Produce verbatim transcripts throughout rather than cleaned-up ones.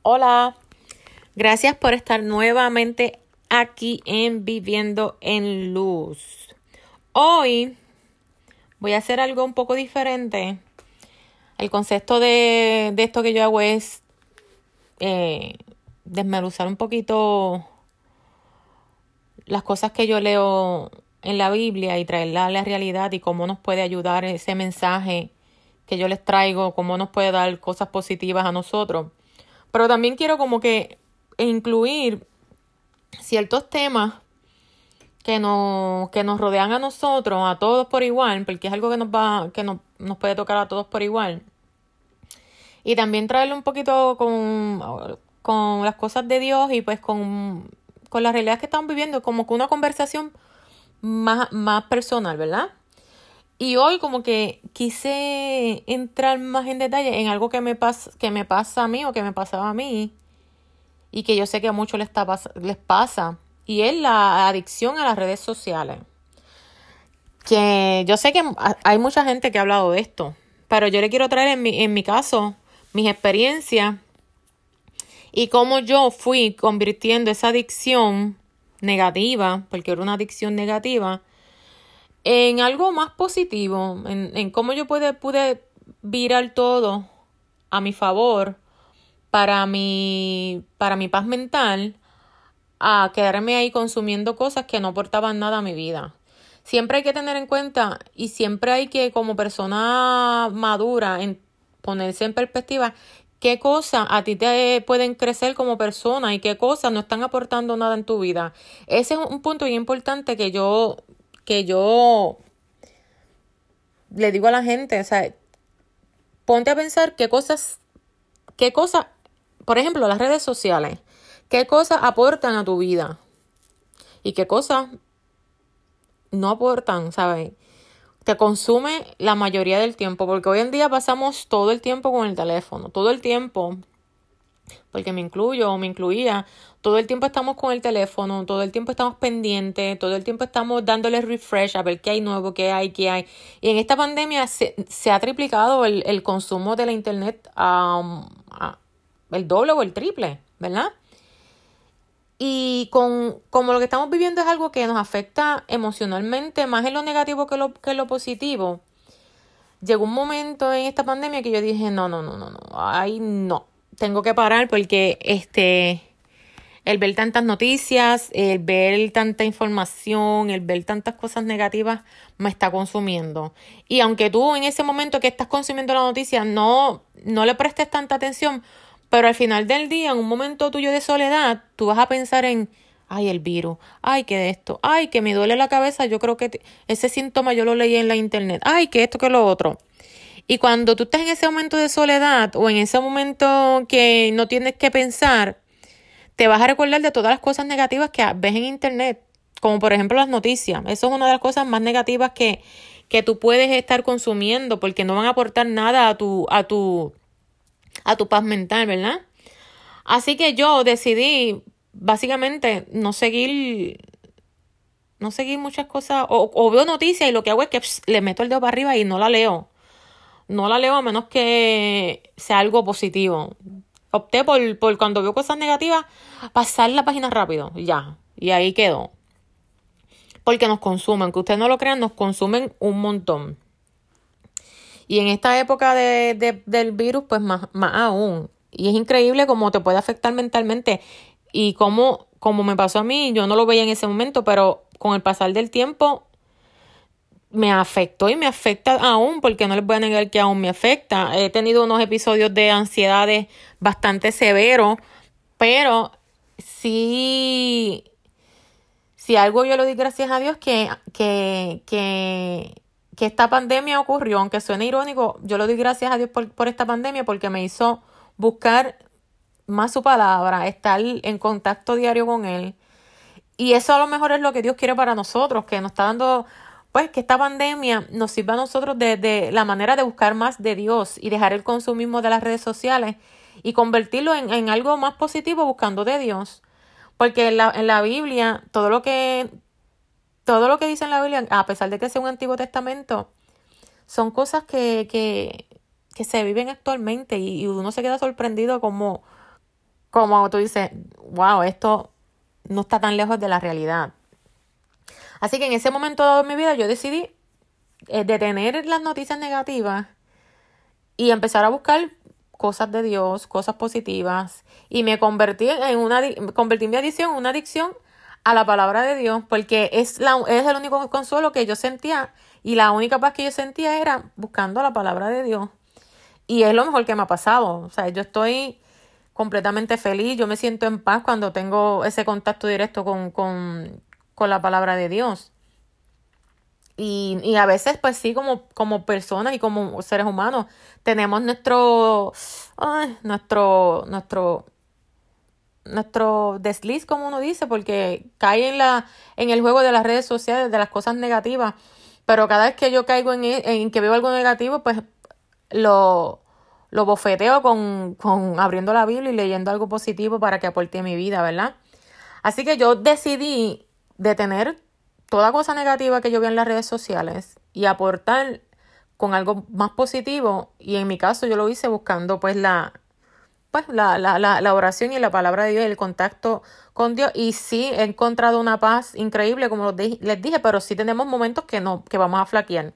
Hola, gracias por estar nuevamente aquí en Viviendo en Luz. Hoy voy a hacer algo un poco diferente. El concepto de, de esto que yo hago es eh, desmenuzar un poquito las cosas que yo leo en la Biblia y traerla a la realidad y cómo nos puede ayudar ese mensaje que yo les traigo, cómo nos puede dar cosas positivas a nosotros. Pero también quiero como que incluir ciertos temas que nos, que nos rodean a nosotros, a todos por igual, porque es algo que nos va, que nos, nos puede tocar a todos por igual. Y también traerle un poquito con, con las cosas de Dios y pues con, con la realidad que estamos viviendo, como que una conversación más, más personal, ¿verdad? Y hoy como que quise entrar más en detalle en algo que me pasa, que me pasa a mí o que me pasaba a mí y que yo sé que a muchos les, está, les pasa, y es la adicción a las redes sociales. Que yo sé que hay mucha gente que ha hablado de esto, pero yo le quiero traer en mi, en mi caso mis experiencias y cómo yo fui convirtiendo esa adicción negativa, porque era una adicción negativa, en algo más positivo, en, en cómo yo pude, pude virar todo a mi favor para mi, para mi paz mental, a quedarme ahí consumiendo cosas que no aportaban nada a mi vida. Siempre hay que tener en cuenta y siempre hay que, como persona madura, en ponerse en perspectiva qué cosas a ti te pueden crecer como persona y qué cosas no están aportando nada en tu vida. Ese es un punto bien importante que yo que yo le digo a la gente, o sea, ponte a pensar qué cosas, qué cosas, por ejemplo, las redes sociales, qué cosas aportan a tu vida y qué cosas no aportan, ¿sabes? Te consume la mayoría del tiempo, porque hoy en día pasamos todo el tiempo con el teléfono, todo el tiempo, porque me incluyo o me incluía, todo el tiempo estamos con el teléfono, todo el tiempo estamos pendientes, todo el tiempo estamos dándole refresh a ver qué hay nuevo, qué hay, qué hay. Y en esta pandemia se, se ha triplicado el, el consumo de la internet um, a el doble o el triple, ¿verdad? Y con como lo que estamos viviendo es algo que nos afecta emocionalmente, más en lo negativo que lo, que en lo positivo. Llegó un momento en esta pandemia que yo dije, no, no, no, no, no, ay, no. Tengo que parar porque este el ver tantas noticias, el ver tanta información, el ver tantas cosas negativas me está consumiendo. Y aunque tú en ese momento que estás consumiendo la noticia no, no le prestes tanta atención, pero al final del día, en un momento tuyo de soledad, tú vas a pensar en, ay, el virus, ay, que de esto, ay, que me duele la cabeza, yo creo que te- ese síntoma yo lo leí en la internet, ay, que esto, que lo otro. Y cuando tú estás en ese momento de soledad o en ese momento que no tienes que pensar, te vas a recordar de todas las cosas negativas que ves en internet, como por ejemplo las noticias. Eso es una de las cosas más negativas que, que tú puedes estar consumiendo porque no van a aportar nada a tu, a tu, a tu paz mental, ¿verdad? Así que yo decidí básicamente no seguir, no seguir muchas cosas, o, o veo noticias y lo que hago es que pss, le meto el dedo para arriba y no la leo. No la leo a menos que sea algo positivo. Opté por, por cuando veo cosas negativas, pasar la página rápido, ya, y ahí quedó. Porque nos consumen, que ustedes no lo crean, nos consumen un montón. Y en esta época de, de, del virus, pues más, más aún. Y es increíble cómo te puede afectar mentalmente. Y cómo, como me pasó a mí, yo no lo veía en ese momento, pero con el pasar del tiempo me afectó y me afecta aún, porque no les voy a negar que aún me afecta. He tenido unos episodios de ansiedades bastante severos, pero sí, sí algo yo le doy gracias a Dios que, que, que, que esta pandemia ocurrió, aunque suene irónico, yo le doy gracias a Dios por, por esta pandemia porque me hizo buscar más su palabra, estar en contacto diario con Él. Y eso a lo mejor es lo que Dios quiere para nosotros, que nos está dando, pues, que esta pandemia nos sirva a nosotros de, de la manera de buscar más de Dios y dejar el consumismo de las redes sociales y convertirlo en, en algo más positivo buscando de Dios. Porque en la, en la Biblia, todo lo que, todo lo que dice en la Biblia, a pesar de que sea un Antiguo Testamento, son cosas que, que, que se viven actualmente y, y uno se queda sorprendido como como tú dices, wow, esto no está tan lejos de la realidad. Así que en ese momento dado de mi vida yo decidí eh, detener las noticias negativas y empezar a buscar cosas de Dios, cosas positivas, y me convertí en una convertí mi adicción en una adicción a la palabra de Dios, porque es la es el único consuelo que yo sentía y la única paz que yo sentía era buscando la palabra de Dios. Y es lo mejor que me ha pasado. O sea, yo estoy completamente feliz, yo me siento en paz cuando tengo ese contacto directo con, con, con la palabra de Dios. Y, y a veces, pues sí, como, como personas y como seres humanos, tenemos nuestro, ay, nuestro, nuestro, nuestro desliz, como uno dice, porque cae en la, en el juego de las redes sociales, de las cosas negativas. Pero cada vez que yo caigo en, en que veo algo negativo, pues lo, lo bofeteo con, con abriendo la Biblia y leyendo algo positivo para que aporte a mi vida, ¿verdad? Así que yo decidí detener toda cosa negativa que yo veo en las redes sociales y aportar con algo más positivo. Y en mi caso yo lo hice buscando pues la, pues la, la, la, la oración y la palabra de Dios y el contacto con Dios. Y sí he encontrado una paz increíble, como les dije, pero sí tenemos momentos que no, que vamos a flaquear.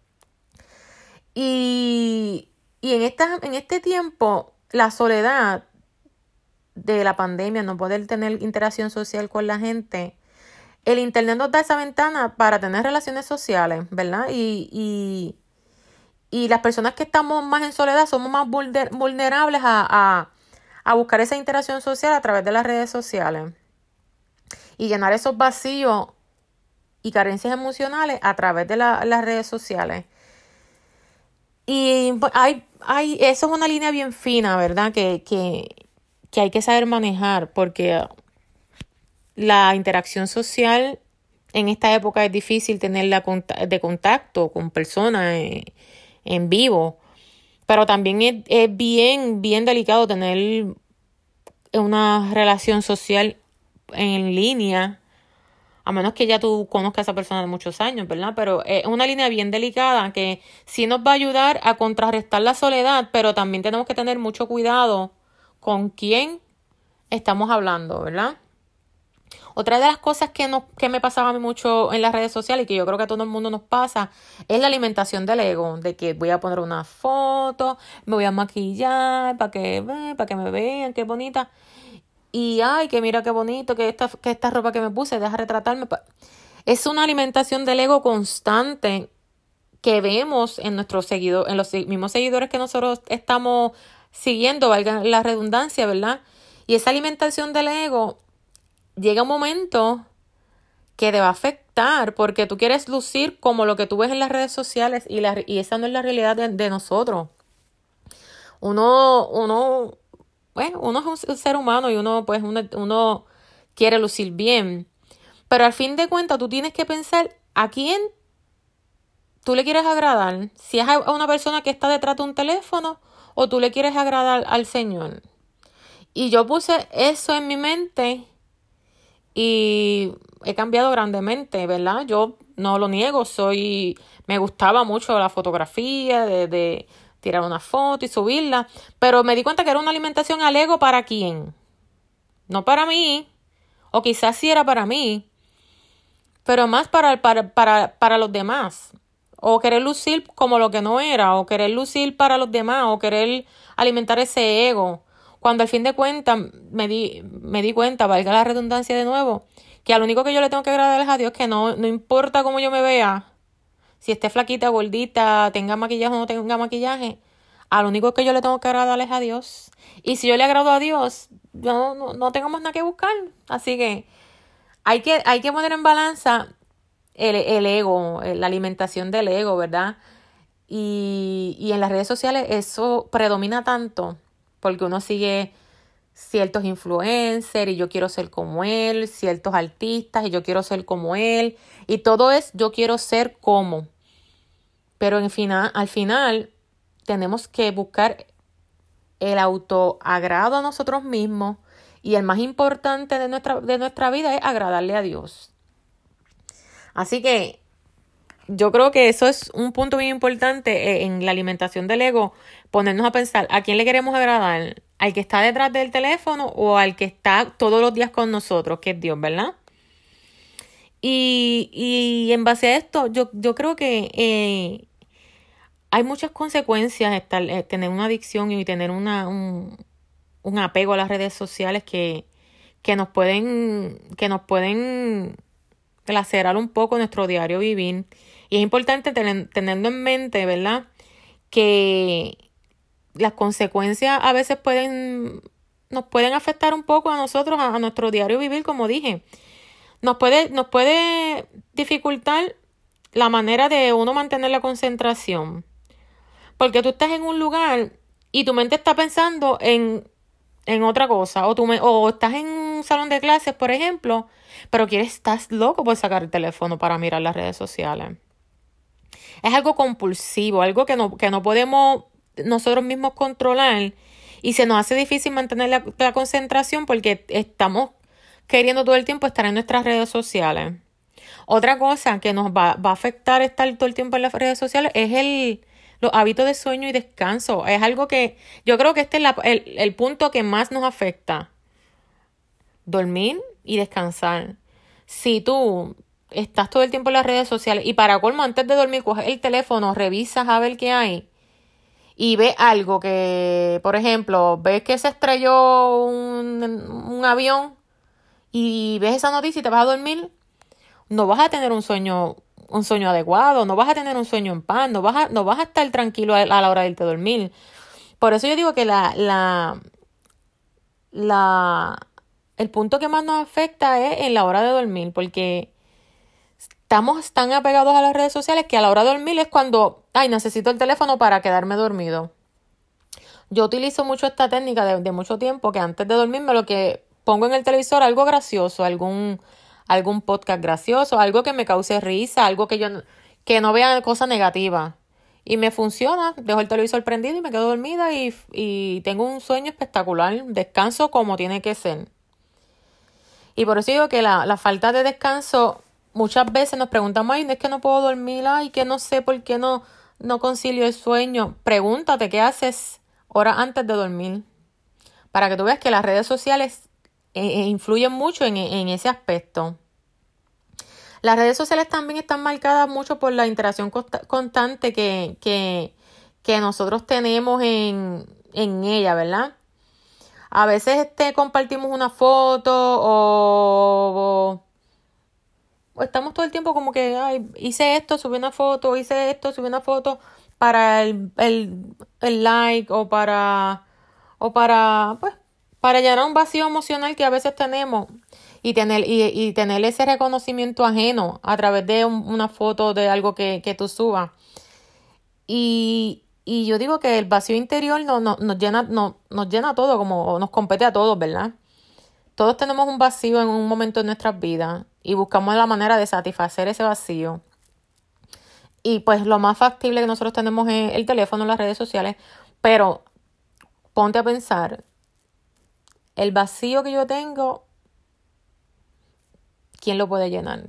Y, y en, esta, en este tiempo, la soledad de la pandemia, no poder tener interacción social con la gente, el internet nos da esa ventana para tener relaciones sociales, ¿verdad? Y, y, y las personas que estamos más en soledad somos más vulner, vulnerables a, a, a buscar esa interacción social a través de las redes sociales y llenar esos vacíos y carencias emocionales a través de la, las redes sociales. Y hay, hay, eso es una línea bien fina, ¿verdad? Que, que, que hay que saber manejar, porque la interacción social en esta época es difícil tenerla de contacto con personas en, en vivo, pero también es, es bien, bien delicado tener una relación social en línea, a menos que ya tú conozcas a esa persona de muchos años, ¿verdad? Pero es una línea bien delicada que sí nos va a ayudar a contrarrestar la soledad, pero también tenemos que tener mucho cuidado con quién estamos hablando, ¿verdad? Otra de las cosas que, no, que me pasaba a mí mucho en las redes sociales y que yo creo que a todo el mundo nos pasa es la alimentación del ego, de que voy a poner una foto, me voy a maquillar para que, para que me vean, qué bonita. Y ay, que mira qué bonito, que esta, que esta ropa que me puse, deja retratarme. Es una alimentación del ego constante que vemos en nuestros seguidores, en los mismos seguidores que nosotros estamos siguiendo, valga la redundancia, ¿verdad? Y esa alimentación del ego llega un momento que te va a afectar porque tú quieres lucir como lo que tú ves en las redes sociales y, la, y esa no es la realidad de, de nosotros. Uno, uno, bueno, uno es un ser humano y uno, pues, uno, uno quiere lucir bien. Pero al fin de cuentas tú tienes que pensar a quién tú le quieres agradar. Si es a una persona que está detrás de un teléfono o tú le quieres agradar al Señor. Y yo puse eso en mi mente y he cambiado grandemente, ¿verdad? Yo no lo niego, soy, me gustaba mucho la fotografía, de, de tirar una foto y subirla, pero me di cuenta que era una alimentación al ego. ¿Para quién? No para mí, o quizás sí era para mí, pero más para, para, para, para los demás. O querer lucir como lo que no era, o querer lucir para los demás, o querer alimentar ese ego. Cuando al fin de cuentas me di, me di cuenta, valga la redundancia de nuevo, que al único que yo le tengo que agradecer a Dios es que no, no importa cómo yo me vea, si esté flaquita, gordita, tenga maquillaje o no tenga maquillaje, al único que yo le tengo que agradecer es a Dios. Y si yo le agrado a Dios, yo no, no tengo más nada que buscar. Así que hay que, hay que poner en balanza el, el ego, la alimentación del ego, ¿verdad? Y, y en las redes sociales eso predomina tanto porque uno sigue ciertos influencers y yo quiero ser como él, ciertos artistas y yo quiero ser como él, y todo es yo quiero ser como. Pero en final, al final tenemos que buscar el autoagrado a nosotros mismos y el más importante de nuestra, de nuestra vida es agradarle a Dios. Así que yo creo que eso es un punto bien importante en la alimentación del ego, ponernos a pensar a quién le queremos agradar, al que está detrás del teléfono o al que está todos los días con nosotros, que es Dios, ¿verdad? Y, y en base a esto, yo, yo creo que eh, hay muchas consecuencias estar, eh, tener una adicción y tener una, un, un apego a las redes sociales que, que nos pueden, que nos pueden lacerar un poco nuestro diario vivir. Y es importante tener, tenerlo en mente, ¿verdad? Que las consecuencias a veces pueden, nos pueden afectar un poco a nosotros, a, a nuestro diario vivir, como dije. Nos puede, nos puede dificultar la manera de uno mantener la concentración. Porque tú estás en un lugar y tu mente está pensando en, en otra cosa. O, tú me, o estás en un salón de clases, por ejemplo, pero quieres, estás loco por sacar el teléfono para mirar las redes sociales. Es algo compulsivo, algo que no, que no podemos nosotros mismos controlar. Y se nos hace difícil mantener la, la concentración porque estamos queriendo todo el tiempo estar en nuestras redes sociales. Otra cosa que nos va, va a afectar estar todo el tiempo en las redes sociales es el, los hábitos de sueño y descanso. Es algo que yo creo que este es la, el, el punto que más nos afecta. Dormir y descansar. Si tú estás todo el tiempo en las redes sociales y para colmo antes de dormir coges el teléfono, revisas a ver qué hay y ves algo que, por ejemplo, ves que se estrelló un, un avión y ves esa noticia y te vas a dormir, no vas a tener un sueño, un sueño adecuado, no vas a tener un sueño en paz, no vas a, no vas a estar tranquilo a, a la hora de irte a dormir. Por eso yo digo que la, la, la, el punto que más nos afecta es en la hora de dormir, porque estamos tan apegados a las redes sociales que a la hora de dormir es cuando, ay, necesito el teléfono para quedarme dormido. Yo utilizo mucho esta técnica de, de mucho tiempo, que antes de dormirme lo que pongo en el televisor algo gracioso, algún, algún podcast gracioso, algo que me cause risa, algo que yo que no vea cosas negativas. Y me funciona, dejo el televisor prendido y me quedo dormida y, y tengo un sueño espectacular, descanso como tiene que ser. Y por eso digo que la, la falta de descanso, muchas veces nos preguntamos, ay, es que no puedo dormir, ay, que no sé por qué no, no concilio el sueño. Pregúntate qué haces horas antes de dormir, para que tú veas que las redes sociales eh, influyen mucho en, en ese aspecto. Las redes sociales también están marcadas mucho por la interacción consta- constante que, que, que nosotros tenemos en, en ella, ¿verdad? A veces este, compartimos una foto o, o, o estamos todo el tiempo como que, ay, hice esto, subí una foto, hice esto, subí una foto para el, el, el like o para, o para, pues, para llenar un vacío emocional que a veces tenemos. Y tener, y, y tener ese reconocimiento ajeno a través de un, una foto de algo que, que tú subas. Y, y yo digo que el vacío interior no, no, nos llena, no, nos llena todo, como nos compete a todos, ¿verdad? Todos tenemos un vacío en un momento de nuestras vidas y buscamos la manera de satisfacer ese vacío. Y pues lo más factible que nosotros tenemos es el teléfono, las redes sociales. Pero ponte a pensar, el vacío que yo tengo, ¿quién lo puede llenar?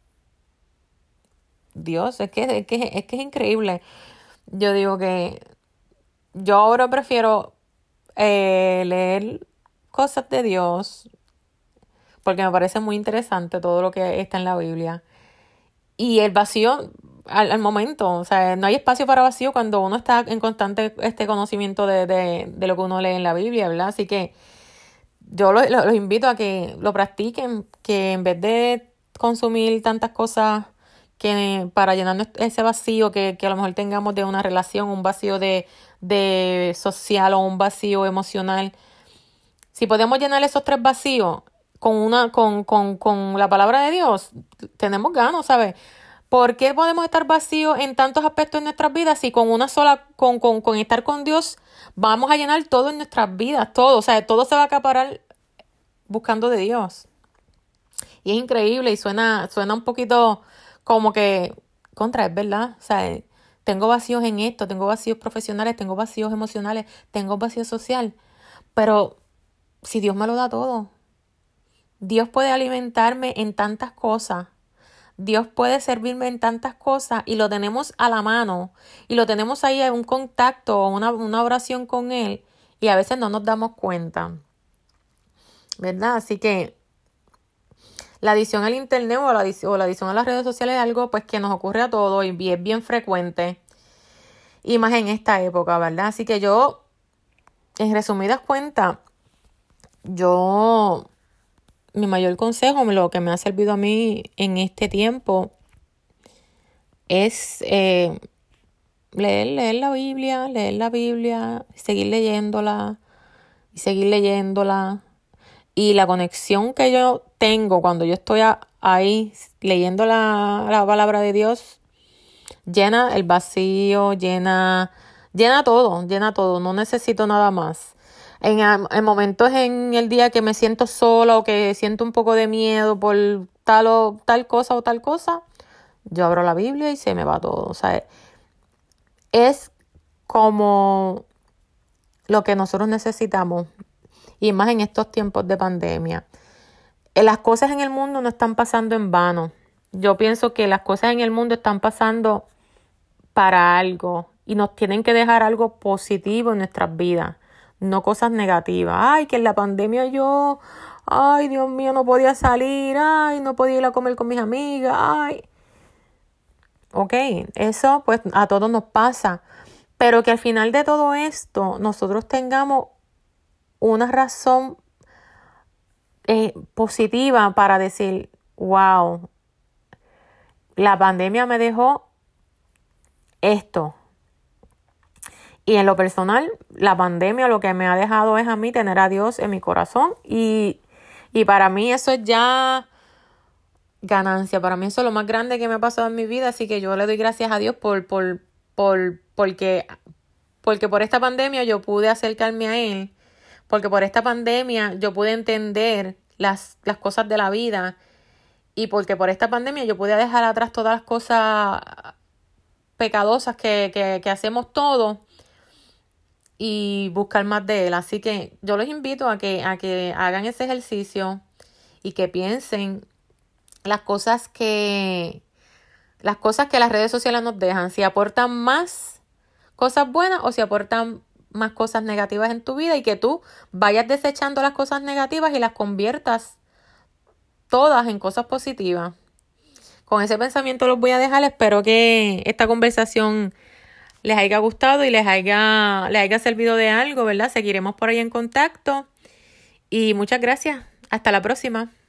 Dios, es que, es que, es que es increíble. Yo digo que yo ahora prefiero eh, leer cosas de Dios porque me parece muy interesante todo lo que está en la Biblia. Y el vacío al, al momento, o sea, no hay espacio para vacío cuando uno está en constante este conocimiento de, de, de lo que uno lee en la Biblia, ¿verdad? Así que yo los, los invito a que lo practiquen, que en vez de consumir tantas cosas que para llenar ese vacío que, que a lo mejor tengamos de una relación, un vacío de, de social o un vacío emocional, si podemos llenar esos tres vacíos con una, con, con, con la palabra de Dios, tenemos ganas, ¿sabes? ¿Por qué podemos estar vacíos en tantos aspectos de nuestras vidas si con una sola, con, con, con estar con Dios, vamos a llenar todo en nuestras vidas, todo, o sea, todo se va a acaparar buscando de Dios? Y es increíble y suena, suena un poquito como que, contra, es verdad, o sea, tengo vacíos en esto, tengo vacíos profesionales, tengo vacíos emocionales, tengo vacío social, pero si Dios me lo da todo, Dios puede alimentarme en tantas cosas, Dios puede servirme en tantas cosas y lo tenemos a la mano y lo tenemos ahí en un contacto o una, una oración con Él y a veces no nos damos cuenta, ¿verdad? Así que la adicción al internet o la, adic- o la adicción a las redes sociales es algo pues que nos ocurre a todos y es bien frecuente, y más en esta época, ¿verdad? Así que yo, en resumidas cuentas, yo, mi mayor consejo, lo que me ha servido a mí en este tiempo es eh, leer, leer la Biblia, leer la Biblia, seguir leyéndola y seguir leyéndola. Y la conexión que yo tengo cuando yo estoy a- ahí leyendo la, la palabra de Dios llena el vacío, llena, llena todo, llena todo. No necesito nada más. En, am- en momentos en el día que me siento sola o que siento un poco de miedo por tal o tal cosa o tal cosa, yo abro la Biblia y se me va todo. O sea, es como lo que nosotros necesitamos, y más en estos tiempos de pandemia. Eh, Las cosas en el mundo no están pasando en vano. Yo pienso que las cosas en el mundo están pasando para algo y nos tienen que dejar algo positivo en nuestras vidas, no cosas negativas. Ay, que en la pandemia yo, ay, Dios mío, no podía salir, ay, no podía ir a comer con mis amigas, ay. Ok, eso pues a todos nos pasa, pero que al final de todo esto nosotros tengamos una razón eh, positiva para decir, wow, la pandemia me dejó esto. Y en lo personal, la pandemia lo que me ha dejado es a mí tener a Dios en mi corazón, y, y para mí eso es ya ganancia. Para mí eso es lo más grande que me ha pasado en mi vida, así que yo le doy gracias a Dios por, por, por, porque, porque por esta pandemia yo pude acercarme a Él, porque por esta pandemia yo pude entender las, las cosas de la vida, y porque por esta pandemia yo pude dejar atrás todas las cosas pecadosas que, que, que hacemos todos y buscar más de Él. Así que yo los invito a que, a que hagan ese ejercicio y que piensen las cosas que, las cosas que las redes sociales nos dejan, si aportan más cosas buenas o si aportan más cosas negativas en tu vida, y que tú vayas desechando las cosas negativas y las conviertas todas en cosas positivas. Con ese pensamiento los voy a dejar. Espero que esta conversación les haya gustado y les haya, les haya servido de algo, ¿verdad? Seguiremos por ahí en contacto. Y muchas gracias. Hasta la próxima.